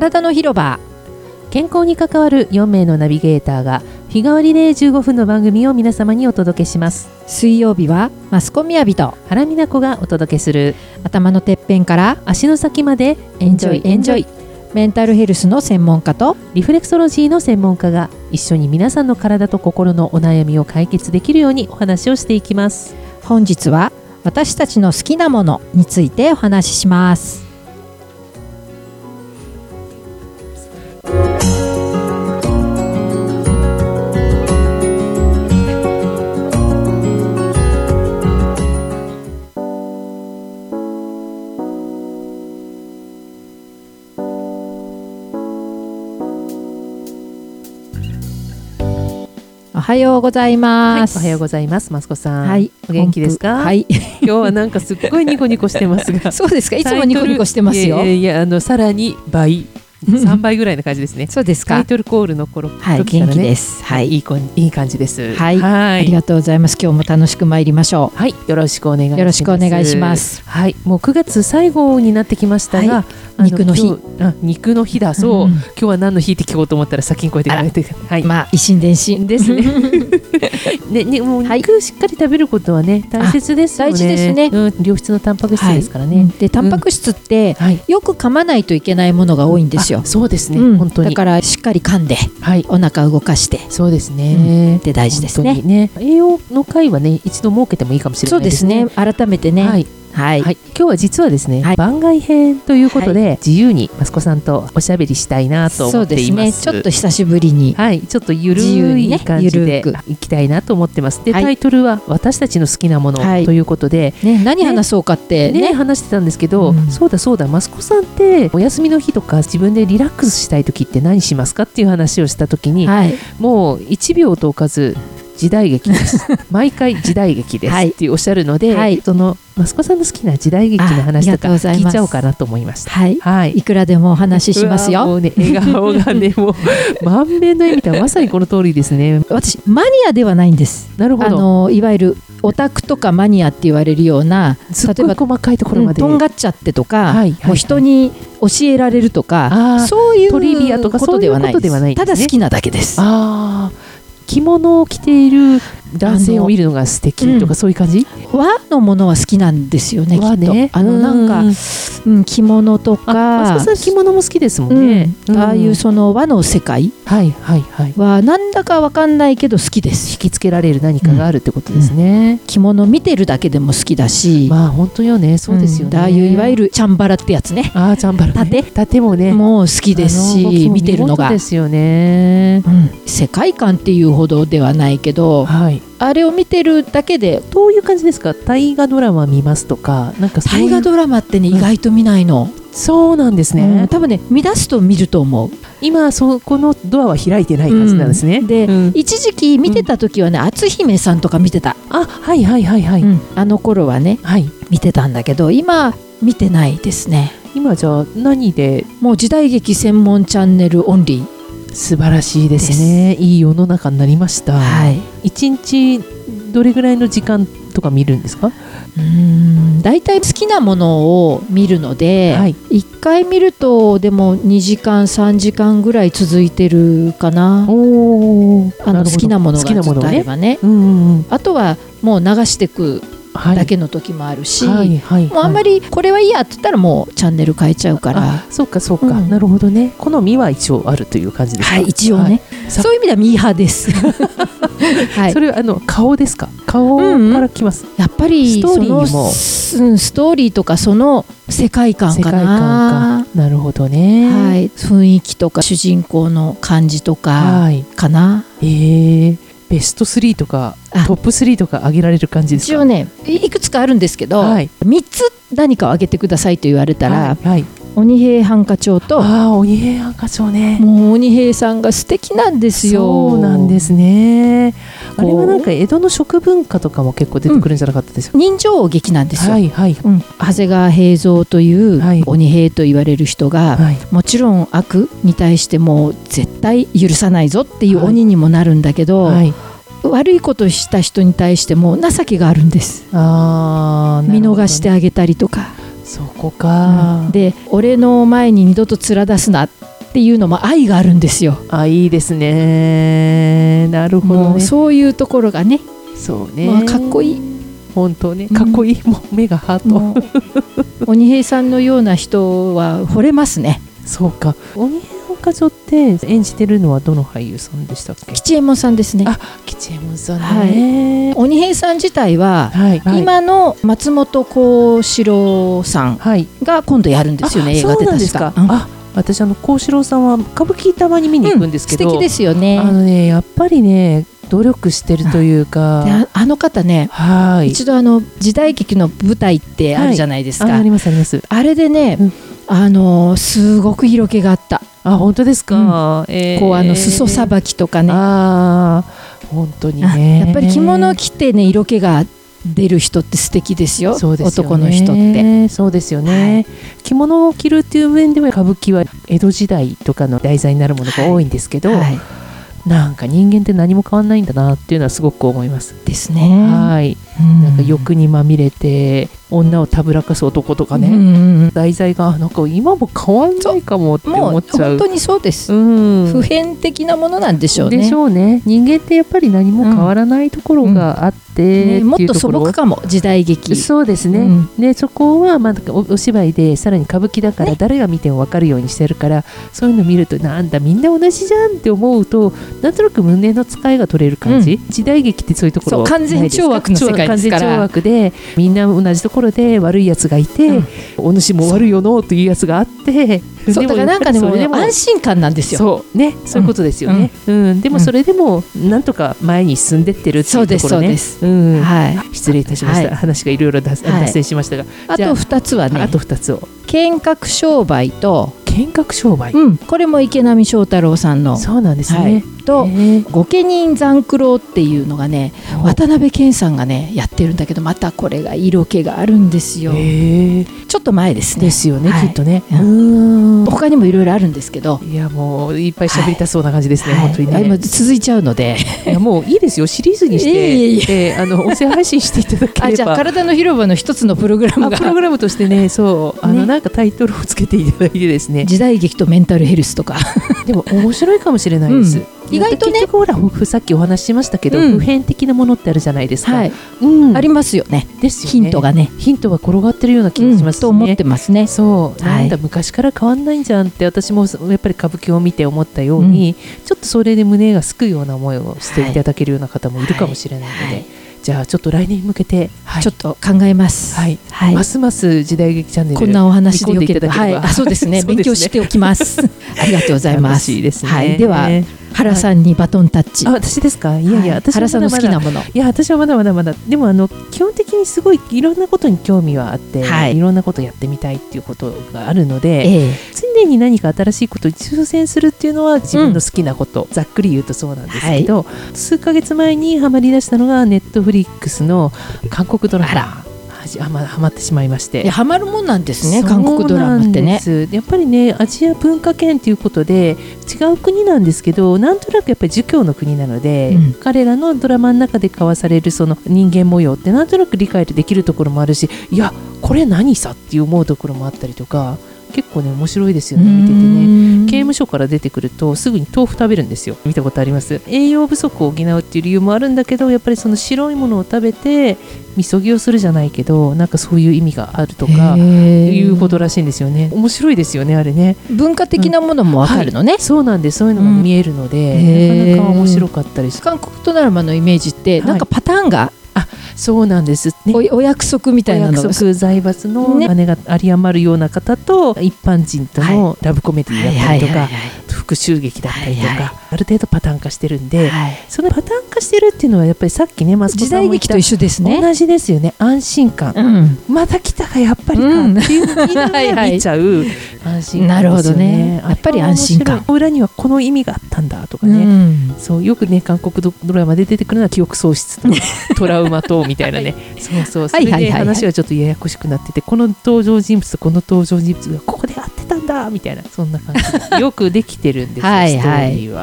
体の広場。 健康に関わる4名のナビゲーターが日替わりで15分の番組を皆様にお届けします。 水曜日はマスコミヤビと原美奈子がお届けする頭のてっぺんから足の先までエンジョイエンジョイ。 メンタルヘルスの専門家とリフレクソロジーの専門家が一緒に皆さんの体と心のお悩みを解決できるようにお話をしていきます。 本日は私たちの好きなものについてお話しします。おはようございます。 はい、おはようございます。マスコさん、 はい、 お元気ですか？ はい、 今日はなんかすっごいニコニコしてますがそうですか。いつもニコニコしてますよ。 いやさらに倍3倍ぐらいの感じですね。 そうですか。 タイトルコールの頃、 はい、 時からね、 元気です。はい、 いい感じです。 はい、ありがとうございます。今日も楽しく参りましょう。 はい、よろしくお願いします。 よろしくお願いします。 はい、もう9月最後になってきましたが、 肉の日。 肉の日だそう、今日は何の日って聞こうと思ったら先にこうやって言われて、はい、 まあ一心伝心ですね。ね、もう肉しっかり食べることはね、大切ですよね。 大事ですね。 良質のタンパク質ですからね。 で、タンパク質ってよく噛まないといけないものが多いんですよ。 そうですね。本当に。 だからしっかり噛んで、お腹を動かして、 そうですね。 で大事ですね。 栄養の会はね、一度設けてもいいかもしれないですね。 そうですね。改めてね。はい。 今日は実はですね、番外編ということで、自由にマスコさんとおしゃべりしたいなと思っています。 そうですね。ちょっと久しぶりに、 ちょっとゆるい感じでいきたいなと思ってます。で、タイトルは私たちの好きなものということで、 何話そうかってね話してたんですけど、そうだマスコさんってお休みの日とか自分でリラックスしたい時って何しますかっていう話をした時に、もう1秒とおかず時代劇です毎回時代劇ですっておっしゃるので、そのマスコさんの好きな時代劇の話とか聞いちゃおうかなと思いました。 いくらでもお話ししますよ。 もうね、笑顔がねもう満面の笑みってまさにこの通りですね。 私マニアではないんです。 なるほど。 いわゆるオタクとかマニアって言われるような、 例えば細かいところまでとんがっちゃってとか、もう人に教えられるとか、そういうトリビアとかことではないです。ただ好きなだけです。 着物を着ている男性を見るのが素敵とか、そういう感じ？ 和のものは好きなんですよね。きっとなんか着物とか、 マスコさん着物も好きですもんね。 ああいうその和の世界はなんだかわかんないけど好きです。 引きつけられる何かがあるってことですね。 着物見てるだけでも好きだし、 まあ本当よね。そうですよね。 ああいういわゆるチャンバラってやつね。 チャンバラ。盾もね、 もう好きですし、見てるのがですよね。 世界観っていうほどではないけど、あれを見てるだけで。 どういう感じですか？大河ドラマ見ますとか、なんか大河ドラマってね、意外と見ないの。 そうなんですね。 多分ね、見出すと見ると思う。 今そこのドアは開いてない感じなんですね。 で、一時期見てた時はね、篤姫さんとか見てた。あの頃はね、見てたんだけど、今見てないですね。 今じゃあ何で？ もう時代劇専門チャンネルオンリー。 素晴らしいですね。いい世の中になりました。一日どれぐらいの時間とか見るんですか？ だいたい好きなものを見るので、1回見るとでも2時間3時間ぐらい続いてるかな。好きなものがずっとあればね。あとはもう流していくだけの時もあるし、もうあんまりこれはいいやって言ったらもうチャンネル変えちゃうから。 そうか、なるほどね。好みは一応あるという感じですか？ 一応ね。そういう意味ではミーハーです。 それは顔ですか？顔からきます。 やっぱりストーリーもストーリーとかその世界観かな。 なるほどね。 雰囲気とか主人公の感じとかかな。 ベスト3とかトップ3とか上げられる感じですか？ 一応ね、いくつかあるんですけど、3つ何かを上げてくださいと言われたら、鬼平犯科帳と、 鬼平犯科帳ね。 もう鬼平さんが素敵なんですよ。 そうなんですね。あれはなんか江戸の食文化とかも結構出てくるんじゃなかったですか？ 人情劇なんですよ。長谷川平蔵という鬼平と言われる人が、もちろん悪に対しても絶対許さないぞっていう鬼にもなるんだけど、悪いことした人に対しても情けがあるんです。見逃してあげたりとか。 そこか、 で俺の前に二度と面出すなっっていうのも愛があるんですよ。 いいですね。なるほどね。 そういうところがね、 そうね、 かっこいい。 本当ね、かっこいい、もう目がハート。 鬼平さんのような人は惚れますね。 そうか。鬼平犯科帳って演じてるのはどの俳優さんでしたっけ？ 吉右衛門さんですね。 吉右衛門さんね。 鬼平さん自体は、今の松本幸四郎さんが今度やるんですよね、映画で。確か。 私幸四郎さんは歌舞伎たまに見に行くんですけど、 素敵ですよね。 やっぱりね、努力してるというか、 あの方ね、一度時代劇の舞台ってあるじゃないですか。 ありますあります。 あれでね、すごく色気があった。 本当ですか。 裾さばきとかね。 本当にね。 やっぱり着物着てね、色気が出る人って素敵ですよ。男の人って。 そうですよね。着物を着るっていう面では歌舞伎は江戸時代とかの題材になるものが多いんですけど、なんか人間って何も変わんないんだなっていうのはすごく思います。 ですね。 なんか欲にまみれて女をたぶらかす男とかね、題材がなんか今も変わんないかもって思っちゃう。 本当にそうです。普遍的なものなんでしょうね。 人間ってやっぱり何も変わらないところがあって、 もっと素朴かも、時代劇。 そうですね。でそこはお芝居でさらに歌舞伎だから誰が見ても分かるようにしてるから、そういうの見るとなんだみんな同じじゃんって思うと、なんとなく胸の使いが取れる感じ。時代劇ってそういうところ完全懲悪の世界ですから。 完全懲悪でみんな同じところで悪いやつがいて、お主も悪いよのというやつがあって、 だからなんかでも安心感なんですよ。 そういうことですよね。でもそれでもなんとか前に進んでってるっていうところね。失礼いたしました。話がいろいろ脱線しましたが、 あと2つはね、 あと2つを剣客商売と剣客商売、 これも池波正太郎さんの。 そうなんですね。 と御家人残九郎っていうのがね、渡辺謙さんがねやってるんだけど、またこれが色気があるんですよ。ちょっと前ですね。 ですよね、きっとね。 他にもいろいろあるんですけど、 いやもういっぱい喋りたそうな感じですね、本当にね。 今続いちゃうので、 いやもういいですよ、シリーズにして音声配信していただければ。 じゃあ体の広場の一つのプログラムが、 プログラムとしてね、なんかタイトルをつけていただいてですね、 時代劇とメンタルヘルスとかでも面白いかもしれないです。意外とね、結局ほらさっきお話ししましたけど、普遍的なものってあるじゃないですか。 ありますよね。ヒントがね、 ヒントが転がってるような気がしますね。 と思ってますね。 なんだ昔から変わんないんじゃんって私もやっぱり歌舞伎を見て思ったように、ちょっとそれで胸がすくような思いをしていただけるような方もいるかもしれないので、じゃあちょっと来年に向けてちょっと考えます。 ますます時代劇チャンネルこんなお話でよければ、そうですね、勉強しておきます。ありがとうございます。では原さんにバトンタッチ。 私ですか。いや私原さんの好きなもの。 いや私はまだでも基本的にすごいいろんなことに興味はあって、いろんなことやってみたいっていうことがあるので、常に何か新しいことに挑戦するっていうのは自分の好きなこと、ざっくり言うとそうなんですけど、数ヶ月前にハマり出したのがネットフリックスの韓国ドラマ。ハマってしまいまして。 ハマるもんなんですね、韓国ドラマってね。 やっぱりね、アジア文化圏ということで違う国なんですけど、なんとなくやっぱり儒教の国なので、彼らのドラマの中で交わされるその人間模様ってなんとなく理解できるところもあるし、いやこれ何さって思うところもあったりとか、結構ね面白いですよね、見ててね。刑務所から出てくるとすぐに豆腐食べるんですよ。見たことあります。栄養不足を補うっていう理由もあるんだけど、やっぱりその白いものを食べてみそぎをするじゃないけど、なんかそういう意味があるとかいうことらしいんですよね。面白いですよね、あれね。 文化的なものもわかるのね。 そうなんです。そういうのが見えるので、なかなか面白かったりする。 韓国ドラマのイメージってなんかパターンが、 そうなんです、 ね、お約束みたいなのが、 お約束財閥の姉が有り余るような方と一般人とのラブコメディだったりとか、復讐劇だったりとか、ある程度パターン化してるんで、そのパターン化してるっていうのはやっぱりさっきね、マスコさんも言った時代劇と一緒ですね。 同じですよね。安心感、また来たかやっぱりかっていう見ちゃう安心感ですよね。 なるほどね。やっぱり安心感。 裏にはこの意味があったんだとかね、そうよくね韓国ドラマで出てくるのは記憶喪失とトラウマとみたいなね。それで話はちょっとややこしくなってて、この登場人物とこの登場人物がここで会ってたんだみたいな、そんな感じでよくできてるんですよ、ストーリーは。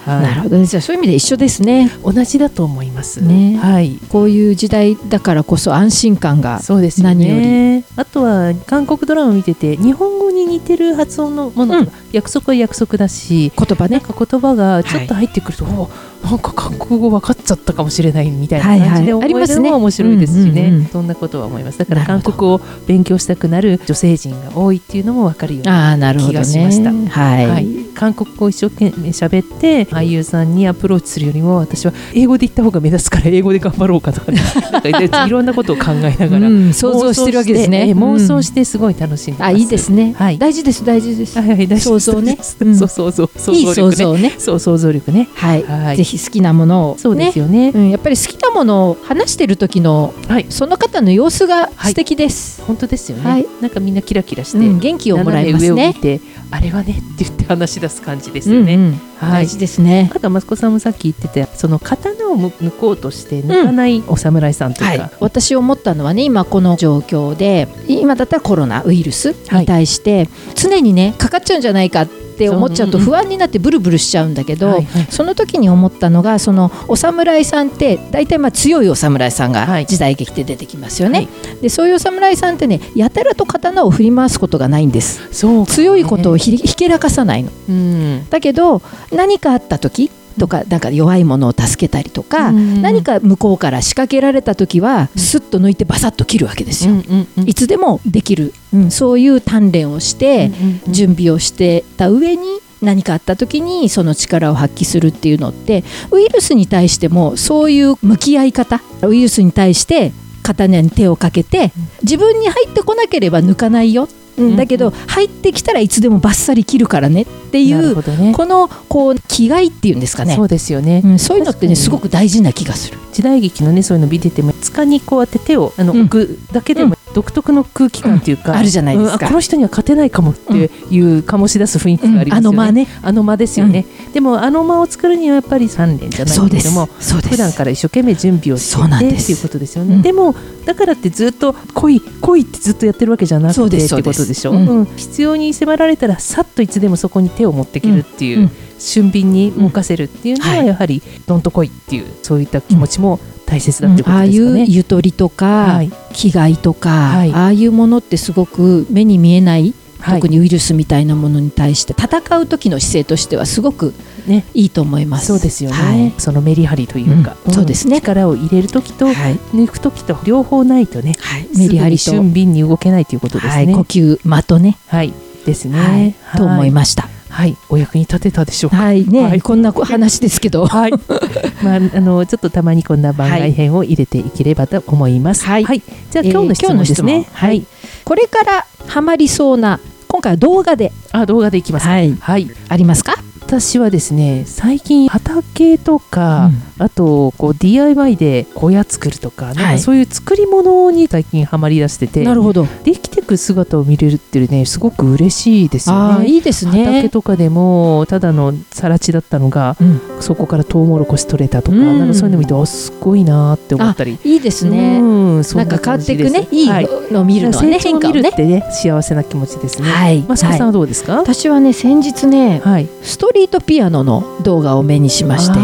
なるほどね。じゃあそういう意味で一緒ですね。 同じだと思いますね。 はい、 こういう時代だからこそ安心感が何より。 ね、あとは韓国ドラマ見てて日本語に似てる発音のものとか、約束は約束だし、 言葉ね、 なんか言葉がちょっと入ってくると、なんか韓国語分かっちゃったかもしれないみたいな感じで思えるのも面白いですしね。そんなことは思います。だから韓国語を勉強したくなる女性陣が多いっていうのも分かるような気がしました。はい、韓国語を一生懸命喋って俳優さんにアプローチするよりも、私は英語で言った方が目立つから英語で頑張ろうかとか、ね、なんかいろんなことを考えながら、 想像してるわけですね。 妄想してすごい楽しんでます。 いいですね。大事です大事です。想像ね。 そう想像ね。そう想像力ね。 はい。ぜひ好きなものを、 そうですよね。 やっぱり好きなものを話してる時のその方の様子が素敵です。 本当ですよね。なんかみんなキラキラして元気をもらいますね。 上を見てあれはねって言って話し出す感じですよね。 大事ですね。 あとは益子さんもさっき言ってたその刀を抜こうとして抜かないお侍さんとか、 私思ったのはね、今この状況で今だったらコロナウイルスに対して常にねかかっちゃうんじゃないかって思っちゃうと不安になってブルブルしちゃうんだけど、その時に思ったのが、そのお侍さんって大体強いお侍さんが時代劇で出てきますよね。でそういうお侍さんってね、やたらと刀を振り回すことがないんです。強いことをひけらかさないの。だけど何かあった時とか、なんか弱いものを助けたりとか、何か向こうから仕掛けられた時はスッと抜いてバサッと切るわけですよ。いつでもできる、そういう鍛錬をして準備をしてた上に、何かあった時にその力を発揮するっていうのって、ウイルスに対してもそういう向き合い方、ウイルスに対して刀に手をかけて、自分に入ってこなければ抜かないよ、だけど入ってきたらいつでもバッサリ切るからねっていう、この気概っていうんですかね。 そうですよね。 そういうのってねすごく大事な気がする。 時代劇のね、そういうの見てても、塚にこうやって手を置くだけでも独特の空気感っていうか、 あるじゃないですか。 この人には勝てないかもっていう醸し出す雰囲気がありますよね。あの間ですよね。でもあの間を作るにはやっぱり鍛錬じゃないけれども、普段から一生懸命準備をしてっていうことですよね。でもだからってずっと来いってずっとやってるわけじゃなくてってことでしょ。必要に迫られたらさっといつでもそこに手を持っていけるっていう、俊敏に動かせるっていうのはやはりどんと来いっていう、そういった気持ちも大切だってことですかね。ああいうゆとりとか気概とか、ああいうものってすごく目に見えない、特にウイルスみたいなものに対して戦う時の姿勢としてはすごくいいと思います。 そうですよね。そのメリハリというか、 そうですね。 力を入れる時と抜く時と両方ないとね、 メリハリと俊敏に動けないということですね。 呼吸的ね。 ですね。 と思いました。 お役に立てたでしょうか。 こんな話ですけど、ちょっとたまにこんな番外編を入れていければと思います。じゃあ今日の質問ですね。 これからハマりそうな、今回は動画でいきます。 ありますか？ 私はですね、最近畑とか、あとDIY で小屋作るとか、なんかそういう作り物に最近ハマりだしてて、 なるほど。 できてく姿を見れるってね、すごく嬉しいですよね。 いいですね。 畑とかでもただの更地だったのが、そこからトウモロコシ取れたとか、なんかそういうの見てすごいなって思ったり。 いいですね。なんか変わっていくね、いいのを見るのはね、 成長を見るってね、幸せな気持ちですね。益子さんはどうですか？ 私はね、先日ね、ストリートピアノの動画を目にしまして、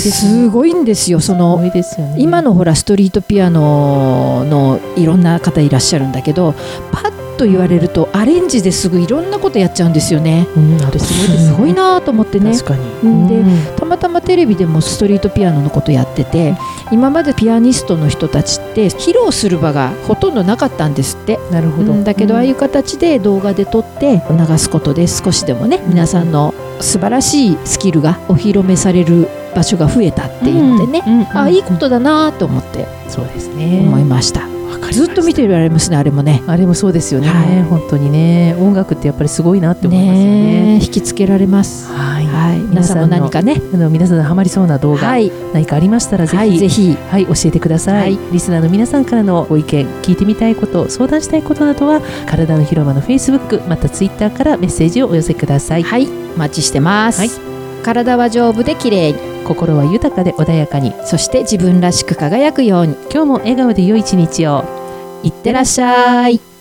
すごいんですよ。今のほらストリートピアノのいろんな方いらっしゃるんだけど、パッと言われるとアレンジですぐいろんなことやっちゃうんですよね。すごいなと思ってね。でたまたまテレビでもストリートピアノのことやってて、今までピアニストの人たちって披露する場がほとんどなかったんですって。 なるほど。 だけどああいう形で動画で撮って流すことで、少しでもね、皆さんの素晴らしいスキルがお披露目される場所が増えたっていうのでね、いいことだなと思って思いました。ずっと見てられますね。あれもね、 あれもそうですよね。本当にね、音楽ってやっぱりすごいなって思いますよね。 引きつけられます。皆さんも何かね、 皆さんのハマりそうな動画、何かありましたらぜひ教えてください。リスナーの皆さんからのご意見、聞いてみたいこと、相談したいことなどは体の広場の Facebook、また Twitter からメッセージをお寄せください。 お待ちしてます。体は丈夫で綺麗に、 心は豊かで穏やかに、 そして自分らしく輝くように、 今日も笑顔で良い一日を。 いってらっしゃい。